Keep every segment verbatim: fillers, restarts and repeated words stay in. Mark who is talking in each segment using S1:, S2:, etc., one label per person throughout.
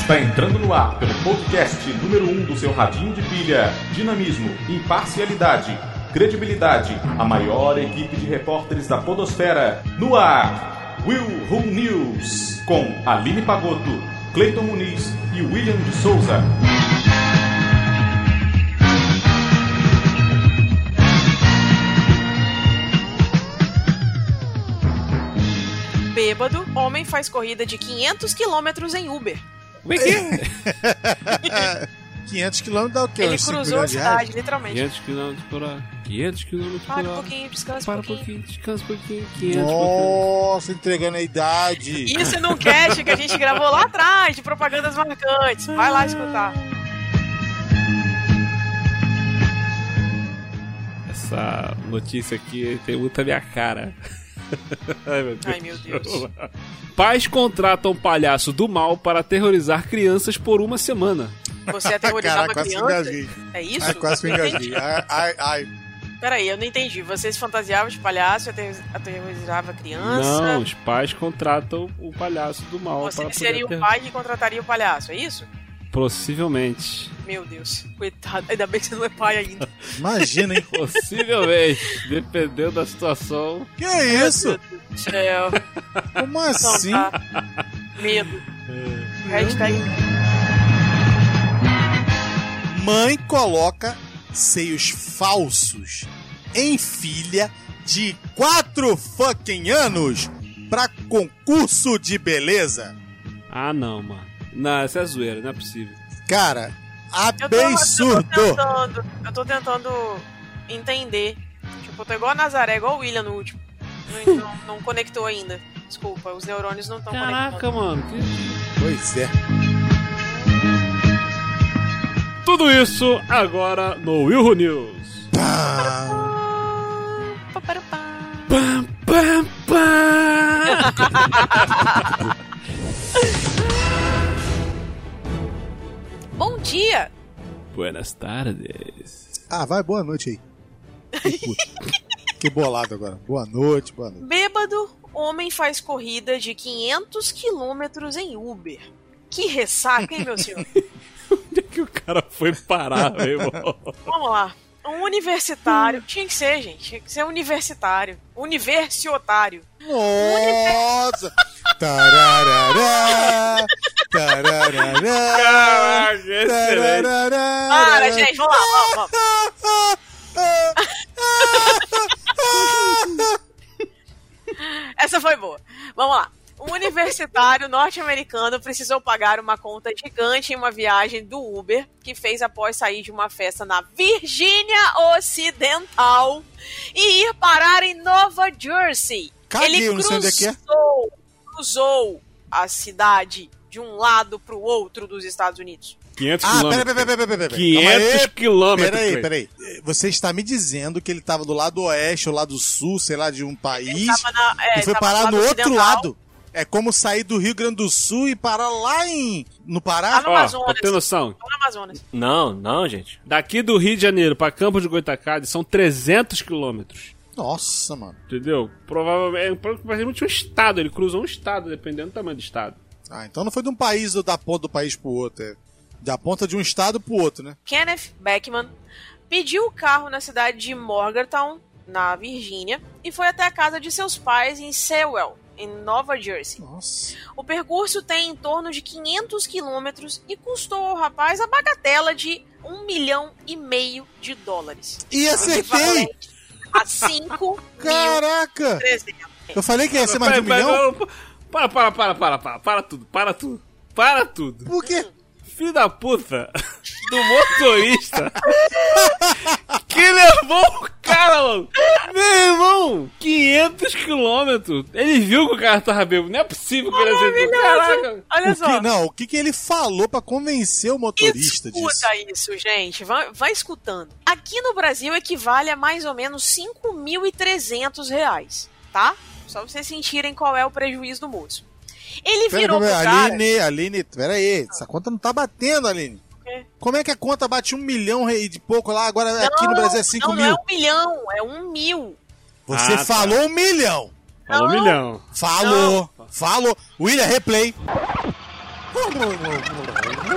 S1: Está entrando no ar pelo podcast número um do seu radinho de pilha. Dinamismo, imparcialidade, credibilidade. A maior equipe de repórteres da podosfera. No ar, Will Who News. Com Aline Pagotto, Cleiton Muniz e William de Souza.
S2: Bêbado, homem faz corrida de quinhentos quilômetros em Uber.
S3: Como é que é?
S4: quinhentos quilômetros dá o quê?
S2: Ele cruzou a cidade, literalmente.
S3: quinhentos quilômetros por hora. quinhentos quilômetros por hora.
S2: Para um pouquinho, descansa
S3: Para
S2: um pouquinho.
S3: um pouquinho, descansa um pouquinho. quinhentos
S4: Nossa, entregando a idade.
S2: Isso num cast que a gente gravou lá atrás, de propagandas marcantes. Vai lá escutar.
S3: Essa notícia aqui tem muita minha cara. Ai, meu Deus.
S2: Ai, meu Deus.
S3: Pais contratam palhaço do mal para aterrorizar crianças por uma semana.
S2: Você aterrorizava
S4: Caraca,
S2: uma
S4: quase
S2: criança?
S4: me engasguei.
S2: É isso?
S4: Ai, quase me engasguei. Ai, ai, ai.
S2: Peraí, eu não entendi. Você se fantasiava de palhaço e ater- aterrorizava a criança?
S3: Não, os pais contratam o palhaço do mal.
S2: Você
S3: para
S2: seria
S3: poder
S2: o pai que contrataria o palhaço, é isso?
S3: Possivelmente.
S2: Meu Deus, coitado. Ainda bem que você não é pai ainda.
S4: Imagina, hein?
S3: Possivelmente. Dependendo da situação.
S4: Que é isso?
S2: Meu Deus do céu.
S4: Como
S2: Então
S4: assim?
S2: tá. Medo. Hashtag
S4: Mãe coloca seios falsos em filha de quatro fucking anos pra concurso de beleza.
S3: Ah, não, mano. Não, essa é zoeira, não é possível.
S4: Cara,
S2: Eu tô, eu tô
S4: absurdo.
S2: tentando, eu tô tentando entender. Tipo, eu tô igual a Nazaré, igual o William no último. Não, não, não conectou ainda. Desculpa, os neurônios não estão
S3: Caraca,
S2: conectando.
S3: mano. Que...
S4: Pois é.
S3: Tudo isso agora no Will Who News.
S4: Pá.
S2: Pá, pá, pá.
S3: Pam, pam, pam.
S2: Bom dia!
S3: Buenas tardes.
S4: Ah, vai, boa noite aí. Que puta. Que bolado agora. Boa noite, boa noite.
S2: Bêbado, homem faz corrida de quinhentos quilômetros em Uber. Que ressaca, hein, meu senhor?
S3: Onde é que o cara foi parar, meu irmão?
S2: Vamos lá. Um universitário. Tinha que ser, gente. Tinha que ser universitário. Universiotário.
S4: Nossa! Tararará, tararará,
S3: Caraca, excelente.
S4: tararará.
S2: Para, gente. Vamos lá, vamos, vamos. Essa foi boa. Vamos lá. Um universitário norte-americano precisou pagar uma conta gigante em uma viagem do Uber que fez após sair de uma festa na Virgínia Ocidental e ir parar em Nova Jersey.
S4: Caguei,
S2: Ele
S4: eu não sei onde é que é.
S2: cruzou, cruzou a cidade de um lado para o outro dos Estados Unidos.
S3: quinhentos
S4: Ah, peraí,
S3: quilômetros.
S4: peraí, peraí, peraí, peraí.
S3: quinhentos quilômetros.
S4: Peraí, peraí. Você está me dizendo que ele estava do lado oeste ou lado sul, sei lá, de um país,
S2: Ele tava na- é,
S4: e foi
S2: tava
S4: parar
S2: lado
S4: no outro
S2: ocidental.
S4: lado. É como sair do Rio Grande do Sul e parar lá em... no Pará?
S2: Ah, no
S3: Ó,
S2: Amazonas.
S3: pra ter noção.
S2: Tô no Amazonas.
S3: Não, não, gente. Daqui do Rio de Janeiro pra Campos de Goitacazes são trezentos quilômetros.
S4: Nossa, mano.
S3: Entendeu? Provavelmente, provavelmente um estado. Ele cruzou um estado, dependendo do tamanho do estado.
S4: Ah, então não foi de um país ou da ponta do país pro outro, é da ponta de um estado pro outro, né?
S2: Kenneth Beckman pediu o carro na cidade de Morgantown, na Virgínia, e foi até a casa de seus pais em Sewell, em Nova Jersey.
S4: Nossa.
S2: O percurso tem em torno de quinhentos quilômetros e custou ao rapaz a bagatela de um milhão e meio de dólares.
S4: E acertei!
S2: Equivalente a cinco mil
S4: Caraca!
S2: e trezentos.
S4: Eu falei que ia ser mais de um
S3: Pera, pera,
S4: milhão?
S3: pera, Para, para, para, para, para, para tudo, para tudo. Para tudo.
S4: Por quê?
S3: Filho da puta do motorista que levou o cara, mano. Meu irmão, quinhentos quilômetros. Ele viu que o cara tava bêbado. Não é possível que ele aceitou. Caraca.
S2: Olha
S4: O
S2: só.
S4: que, não, o que, que ele falou pra convencer o motorista disso?
S2: Escuta isso, gente. Vai, vai escutando. Aqui no Brasil equivale a mais ou menos cinco mil e trezentos reais, tá? Só pra vocês sentirem qual é o prejuízo do moço. Ele
S4: Pera,
S2: virou pro
S4: pera,
S2: cara...
S4: Aline, Aline, pera aí, essa conta não tá batendo, Aline.
S2: quê?
S4: Como é que a conta bate um milhão e de pouco lá, agora aqui no Brasil é cinco
S2: não,
S4: mil?
S2: Não é um milhão, é um mil.
S4: Você
S3: Ah, tá.
S4: falou um milhão.
S3: Falou um
S2: Não.
S3: milhão.
S4: Falou, falou. William, replay.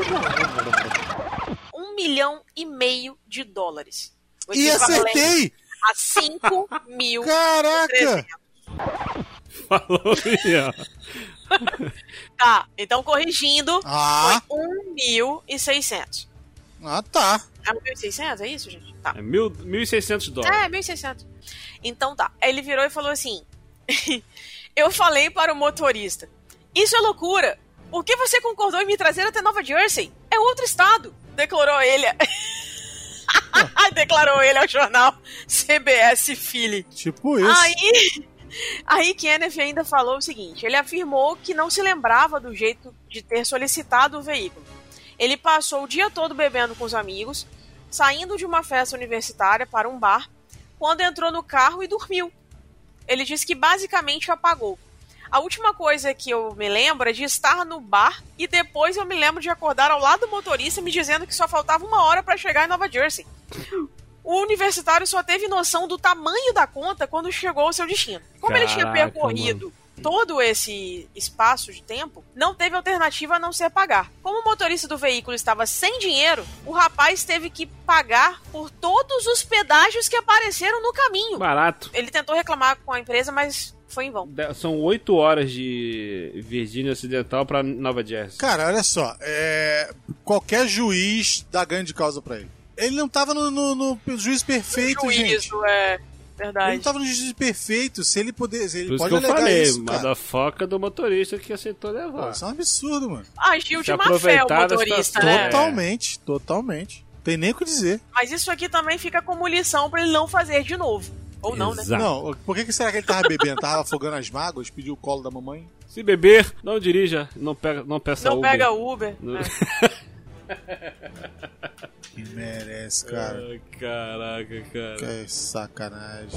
S2: Um milhão e meio de dólares. O
S4: E
S2: equivalente
S4: acertei!
S2: A cinco mil.
S4: Caraca!
S3: Falou aí, ó.
S2: Tá, então corrigindo,
S4: Ah.
S2: foi um mil e seiscentos.
S4: Ah, tá.
S2: É um mil e seiscentos, é isso, gente? Tá.
S3: É mil, mil e seiscentos dólares.
S2: É, mil e seiscentos. Então tá. Aí ele virou e falou assim: eu falei para o motorista, isso é loucura. Por que você concordou em me trazer até Nova Jersey? É outro estado. Declarou ele. Declarou ele ao jornal C B S Philly.
S4: Tipo isso.
S2: Aí, aí Kenneth ainda falou o seguinte: ele afirmou que não se lembrava do jeito de ter solicitado o veículo. Ele passou o dia todo bebendo com os amigos, saindo de uma festa universitária para um bar, quando entrou no carro e dormiu. Ele disse que basicamente apagou. A última coisa que eu me lembro é de estar no bar e depois eu me lembro de acordar ao lado do motorista me dizendo que só faltava uma hora para chegar em Nova Jersey. O universitário só teve noção do tamanho da conta quando chegou ao seu destino. Como ele tinha
S3: Caraca,
S2: percorrido todo esse espaço de tempo, não teve alternativa a não ser pagar. Como o motorista do veículo estava sem dinheiro, o rapaz teve que pagar por todos os pedágios que apareceram no caminho.
S3: Barato.
S2: Ele tentou reclamar com a empresa, mas foi em vão.
S3: De- São oito horas de Virgínia Ocidental pra Nova Jersey.
S4: Cara, olha só. É... Qualquer juiz dá ganho de causa pra ele. Ele não tava no, no, no juiz perfeito, gente.
S2: Juízo, é
S4: Ele
S2: verdade.
S4: não tava no juiz perfeito. Se ele puder. Se ele
S3: Por isso
S4: pode
S3: que eu
S4: alegar
S3: falei,
S4: isso,
S3: mas
S4: cara.
S3: da foca do motorista que aceitou
S4: Pô,
S3: levar.
S4: isso é um absurdo, mano.
S2: Agiu
S3: Se
S2: de má fé o
S3: aproveitar da
S2: motorista,
S3: situação.
S2: né?
S3: É.
S4: Totalmente, totalmente. Tem nem o que dizer.
S2: Mas isso aqui também fica como lição pra ele não fazer de novo. Ou não, né?
S3: Exato.
S4: Não, por que, que será que ele tava bebendo? Tava afogando as mágoas? Pediu o colo da mamãe?
S3: Se beber, não dirija, não, pega, não peça
S2: Não
S3: Uber.
S2: pega Uber.
S3: Não-
S2: né?
S4: Que merece, cara.
S3: Ai, caraca, cara.
S4: Que sacanagem.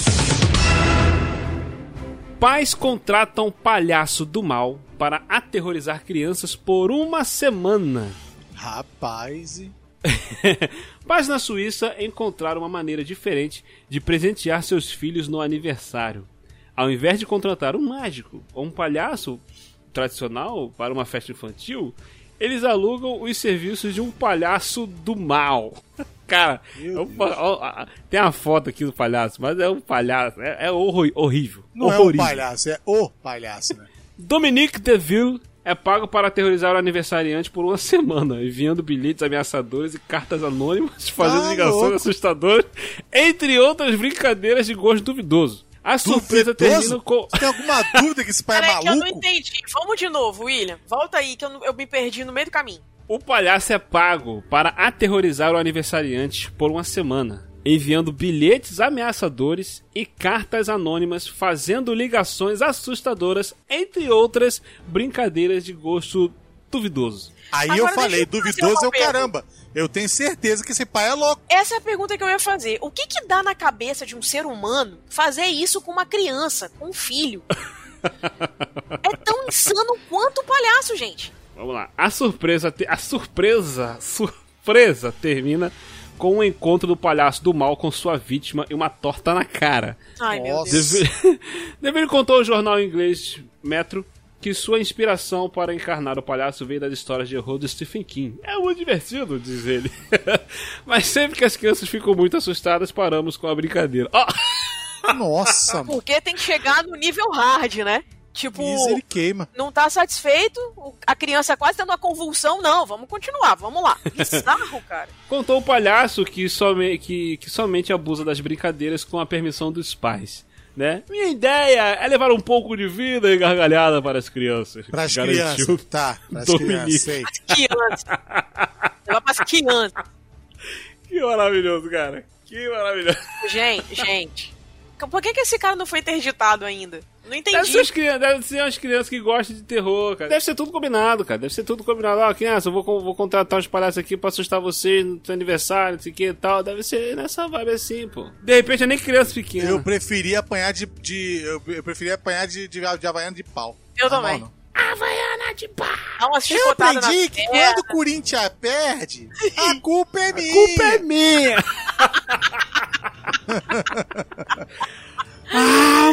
S3: Pais contratam palhaço do mal para aterrorizar crianças por uma semana.
S4: Rapaz. e-
S3: Pais na Suíça encontraram uma maneira diferente de presentear seus filhos no aniversário. Ao invés de contratar um mágico ou um palhaço tradicional para uma festa infantil, eles alugam os serviços de um palhaço do mal. Cara, é um pa- ó, ó, tem uma foto aqui do palhaço, mas é um palhaço, é, é horror- horrível.
S4: Não é um
S3: horrorível.
S4: palhaço, é o palhaço, né?
S3: Dominique Deville é pago para aterrorizar o aniversariante por uma semana, enviando bilhetes ameaçadores e cartas anônimas, fazendo
S4: Ah,
S3: ligações
S4: louco.
S3: assustadoras, entre outras brincadeiras de gosto duvidoso. A surpresa termina
S4: Duvidoso?
S3: com...
S4: Você tem alguma dúvida que esse pai é
S2: Peraí que eu não
S4: maluco?
S2: entendi. Vamos de novo, William. Volta aí que eu, não- eu me perdi no meio do caminho.
S3: O palhaço é pago para aterrorizar o aniversariante por uma semana, enviando bilhetes ameaçadores e cartas anônimas, fazendo ligações assustadoras, entre outras brincadeiras de gosto duvidoso.
S4: Aí
S2: Agora
S4: eu
S2: deixa
S4: falei,
S2: eu fazer
S4: duvidoso
S2: uma
S4: é o
S2: pergunta.
S4: caramba. Eu tenho certeza que esse pai é louco.
S2: Essa é a pergunta que eu ia fazer. O que que dá na cabeça de um ser humano fazer isso com uma criança, com um filho? É tão insano quanto o palhaço, gente.
S3: Vamos lá. A surpresa, te- a surpresa, surpresa termina com o encontro do palhaço do mal com sua vítima e uma torta na cara.
S2: Ai, meu
S4: Nossa.
S2: Deus.
S3: Deve... Deville contou ao jornal inglês Metro que sua inspiração para encarnar o palhaço veio das histórias de horror do Stephen King. É muito divertido, diz ele. Mas sempre que as crianças ficam muito assustadas, paramos com a brincadeira. Ó,
S4: Nossa, mano.
S2: Porque tem que chegar no nível hard, né? Tipo,
S4: Isso ele queima.
S2: não tá satisfeito, o- a criança quase tendo uma convulsão. Não, vamos continuar, vamos lá. Bizarro, cara.
S3: contou o palhaço que, some... que... que somente abusa das brincadeiras com a permissão dos pais. Né? Minha ideia é levar um pouco de vida e gargalhada para as crianças.
S4: Pras
S3: Garantiu
S4: crianças. Tá, pras
S3: Dominique.
S4: crianças. Sei.
S2: Criança. Levar pras crianças.
S3: Que maravilhoso, cara. Que maravilhoso.
S2: Gente, gente. Por que, que esse cara não foi interditado ainda? Não
S3: Deve
S2: entendi.
S3: ser, as crianças, deve ser umas crianças que gostam de terror, cara. Deve ser tudo combinado, cara. Deve ser tudo combinado. Ó, criança, eu vou, con- vou contratar uns palhaços aqui pra assustar vocês no seu aniversário, não sei o que e tal. Deve ser nessa vibe assim, pô. De repente é nem criança pequena.
S4: Eu preferia apanhar de. de eu, eu preferia apanhar de, de, de havaiana de pau.
S2: Eu
S4: Na
S2: também.
S4: mão, não.
S3: Havaiana de pá.
S2: Dá uma
S4: Eu
S2: chicotada na
S4: aprendi que
S2: perna.
S4: quando o Corinthians perde, a culpa é minha.
S3: Culpa é minha. Ah,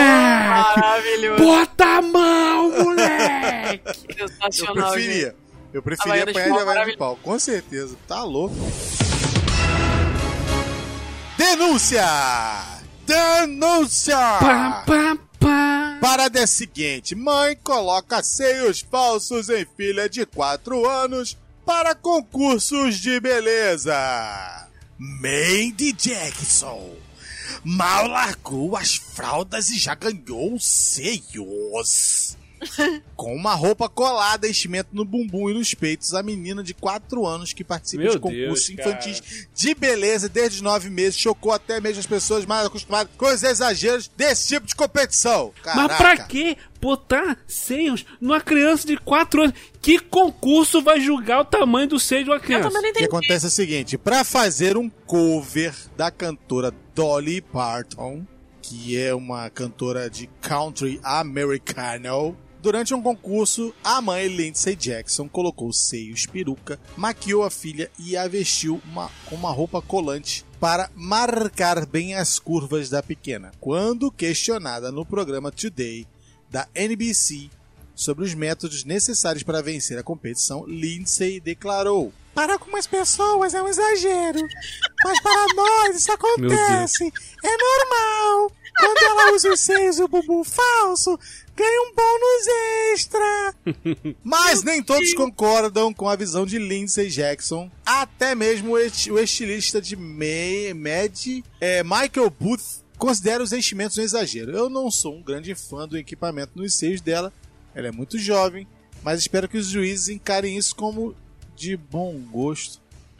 S3: moleque!
S2: Maravilhoso.
S3: Bota a mão, moleque!
S4: Eu
S2: Sensacional, gente.
S4: preferia. Eu preferia apanhar de Havaiana de pau, com certeza. Tá louco. Denúncia! Denúncia!
S3: Pá, pá, pá.
S4: Parada é a seguinte: mãe coloca seios falsos em filha de quatro anos para concursos de beleza. Mandy Jackson mal largou as fraldas e já ganhou seios. Com uma roupa colada, enchimento no bumbum e nos peitos, a menina de quatro anos que participa
S3: Meu
S4: de concursos
S3: Deus,
S4: infantis
S3: cara.
S4: de beleza desde os nove meses chocou até mesmo as pessoas mais acostumadas com os exageros desse tipo de competição. Caraca.
S3: Mas pra que botar seios numa criança de quatro anos? Que concurso vai julgar o tamanho do seio de uma
S2: Eu
S3: criança?
S2: também não
S4: O que
S2: entendi.
S4: acontece é o seguinte: pra fazer um cover da cantora Dolly Parton, que é uma cantora de country americano, durante um concurso, a mãe Lindsay Jackson colocou seios, peruca, maquiou a filha e a vestiu uma, com uma roupa colante para marcar bem as curvas da pequena. Quando questionada no programa Today da N B C sobre os métodos necessários para vencer a competição, Lindsay declarou: para algumas pessoas é um exagero, mas para nós isso acontece. É normal. Quando ela usa os seios e o bumbum falso, ganha um bônus extra. Mas nem todos concordam com a visão de Lindsay Jackson. Até mesmo o estilista de Mad, é, Michael Booth, considera os enchimentos um exagero. Eu não sou um grande fã do equipamento nos seios dela. Ela é muito jovem, mas espero que os juízes encarem isso como de bom gosto.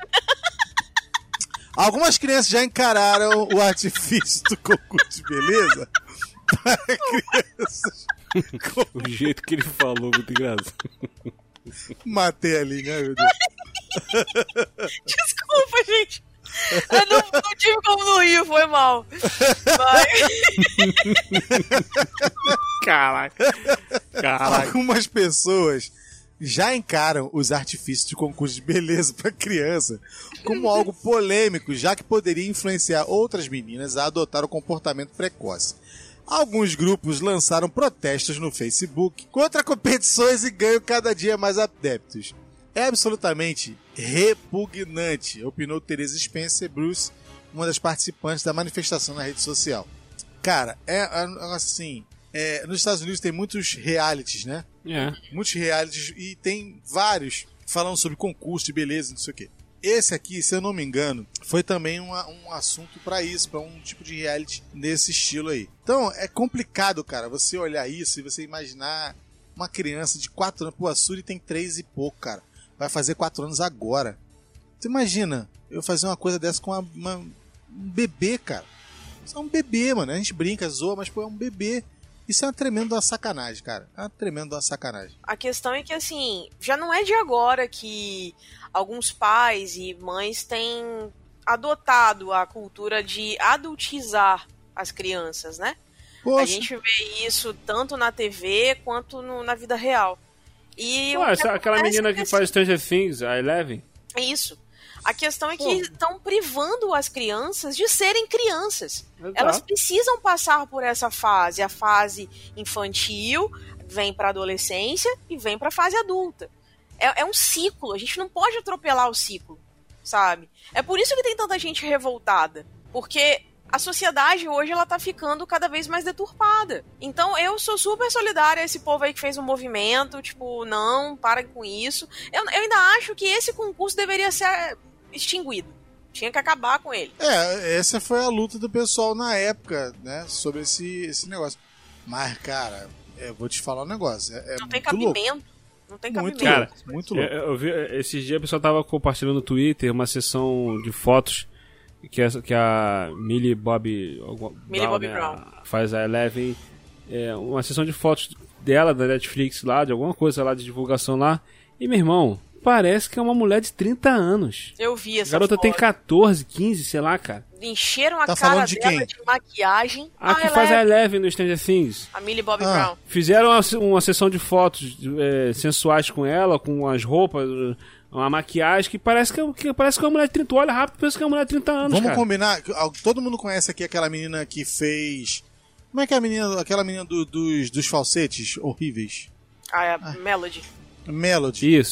S4: Algumas crianças já encararam o artifício do concurso de beleza para crianças.
S3: O jeito que ele falou, muito engraçado.
S4: Matei a linha, ai meu Deus.
S2: Desculpa, gente. Eu não, não tive como não rir, foi mal. Mas...
S3: Caraca. Caraca.
S4: Algumas pessoas já encaram os artifícios de concurso de beleza para criança como algo polêmico, já que poderia influenciar outras meninas a adotar o comportamento precoce. Alguns grupos lançaram protestos no Facebook contra competições e ganham cada dia mais adeptos. É absolutamente repugnante, opinou Teresa Spencer Bruce, uma das participantes da manifestação na rede social. Cara, é assim, é, nos Estados Unidos tem muitos realities, né?
S3: É.
S4: Muitos realities e tem vários falando sobre concurso de beleza, não sei o quê. Esse aqui, se eu não me engano, foi também uma, um assunto pra isso, pra um tipo de reality nesse estilo aí. Então, é complicado, cara, você olhar isso e você imaginar uma criança de quatro anos. Pô, a Suri tem três e pouco, cara. Vai fazer quatro anos agora. Você imagina eu fazer uma coisa dessa com uma, uma, um bebê, cara. Isso é um bebê, mano. A gente brinca, zoa, mas pô, é um bebê. Isso é uma tremenda sacanagem, cara. É uma tremenda sacanagem.
S2: A questão é que, assim, já não é de agora que alguns pais e mães têm adotado a cultura de adultizar as crianças, né?
S4: Poxa.
S2: A gente vê isso tanto na T V quanto no, na vida real. E
S3: Ué, essa, aquela menina que
S2: é
S3: faz Stranger Things, a Eleven.
S2: É isso. A questão é que estão privando as crianças de serem crianças.
S3: Exato.
S2: Elas precisam passar por essa fase. A fase infantil vem para a adolescência e vem para a fase adulta. É, é um ciclo. A gente não pode atropelar o ciclo, sabe? É por isso que tem tanta gente revoltada. Porque a sociedade hoje ela tá ficando cada vez mais deturpada. Então eu sou super solidária a esse povo aí que fez um movimento, tipo, não, parem com isso. Eu, eu ainda acho que esse concurso deveria ser extinguido. Tinha que acabar com ele.
S4: É, essa foi a luta do pessoal na época, né, sobre esse, esse negócio. Mas, cara, eu vou te falar um negócio. É, é
S2: não tem
S4: muito louco.
S2: cabimento. Não tem
S4: Muito
S2: cabimento.
S3: Cara,
S4: louco, muito louco.
S3: Eu, eu vi, esses dias a pessoa tava compartilhando no Twitter uma sessão de fotos que, essa, que a Millie Bobby,
S2: Millie
S3: Brown,
S2: Bobby
S3: né,
S2: Brown
S3: faz a Eleven, é, uma sessão de fotos dela, da Netflix lá, de alguma coisa lá de divulgação lá. E, meu irmão, parece que é uma mulher de trinta anos.
S2: Eu vi essa
S3: A garota
S2: foto.
S3: tem catorze, quinze, sei lá, cara.
S2: Encheram a
S4: Tá
S2: cara
S4: falando de
S2: dela
S4: quem?
S2: de maquiagem.
S3: A que faz a Eleven no Stranger Things.
S2: A Millie Bobby
S4: Ah.
S2: Brown.
S3: Fizeram uma, uma sessão de fotos é, sensuais com ela, com as roupas, uma maquiagem que parece que, é- que parece que é uma mulher de trinta. Olha rápido, pensa que é uma mulher de trinta anos,
S4: Vamos
S3: cara.
S4: combinar, todo mundo conhece aqui aquela menina que fez... Como é que é a menina, aquela menina do- dos, dos falsetes horríveis?
S2: A Melody.
S4: Melody.
S3: Isso.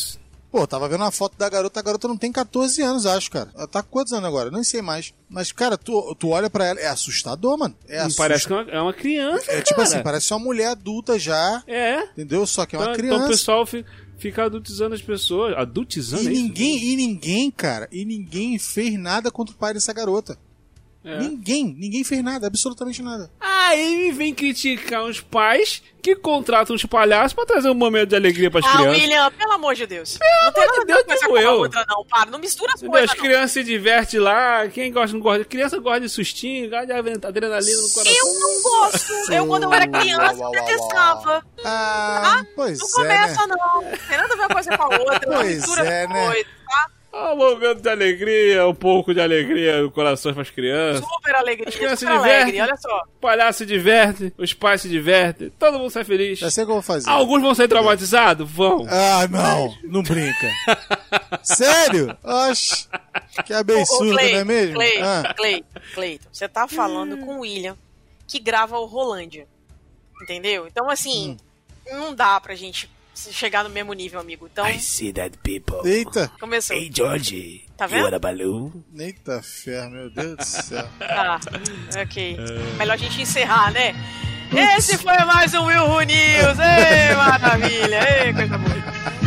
S4: Pô, tava vendo uma foto da garota, a garota não tem catorze anos, acho, cara. Ela tá com quantos anos agora? Nem sei mais. Mas, cara, tu, tu olha pra ela, é assustador, mano. É
S3: assustador. Parece que é uma, é uma criança,
S4: É tipo
S3: cara.
S4: assim, parece uma mulher adulta já.
S3: É.
S4: Entendeu? Só que é uma
S3: então,
S4: criança.
S3: Então o pessoal fica, fica adultizando as pessoas. Adultizando,
S4: e
S3: é
S4: ninguém,
S3: isso?
S4: E ninguém, cara, e ninguém fez nada contra o pai dessa garota. É. Ninguém, ninguém fez nada, absolutamente nada.
S3: Aí vem criticar os pais que contratam os palhaços pra trazer um momento de alegria pras
S2: ah,
S3: crianças.
S2: Ah, William, pelo amor de Deus.
S3: Pelo
S2: não tem
S3: amor de Deus,
S2: coisa
S3: digo
S2: com
S3: eu.
S2: a outra, não. Para, não mistura as coisas,
S3: As crianças se divertem lá, quem gosta não gosta. Criança gosta de sustinho, gosta de adrenalina no coração.
S2: Eu não gosto. Eu, quando eu era criança, eu detestava.
S4: Ah,
S2: tá?
S4: pois
S2: não
S4: é,
S2: começa,
S4: né?
S2: não. Tem nada a ver uma coisa com a outra.
S4: Pois
S2: mistura
S4: é,
S2: as
S4: né?
S2: coisas, tá?
S3: Ah, um momento de alegria, um pouco de alegria no coração para as crianças.
S2: Super alegria,
S3: As crianças se
S2: super
S3: divertem,
S2: alegre, olha só.
S3: O palhaço se diverte, os pais se divertem, todo mundo sai feliz.
S4: Já sei o que eu vou fazer.
S3: Alguns vão ser traumatizados? Vão.
S4: Ah, não, não brinca. Sério? Oxi, que absurdo,
S2: Clay,
S4: não é mesmo?
S2: Clay,
S4: ah.
S2: Clay, Cleiton, você tá falando com o William, que grava o Rolândia. Entendeu? Então, assim, hum. não dá pra gente chegar no mesmo nível, amigo. Então...
S3: I see that people.
S4: Eita.
S2: Começou.
S3: Hey, George.
S2: Tá vendo?
S3: You want a balloon?
S4: Eita ferro, meu Deus do céu.
S2: Tá, ok. Melhor a gente encerrar, né? Esse foi mais um Will Who News. Ei, maravilha. Ei, coisa boa.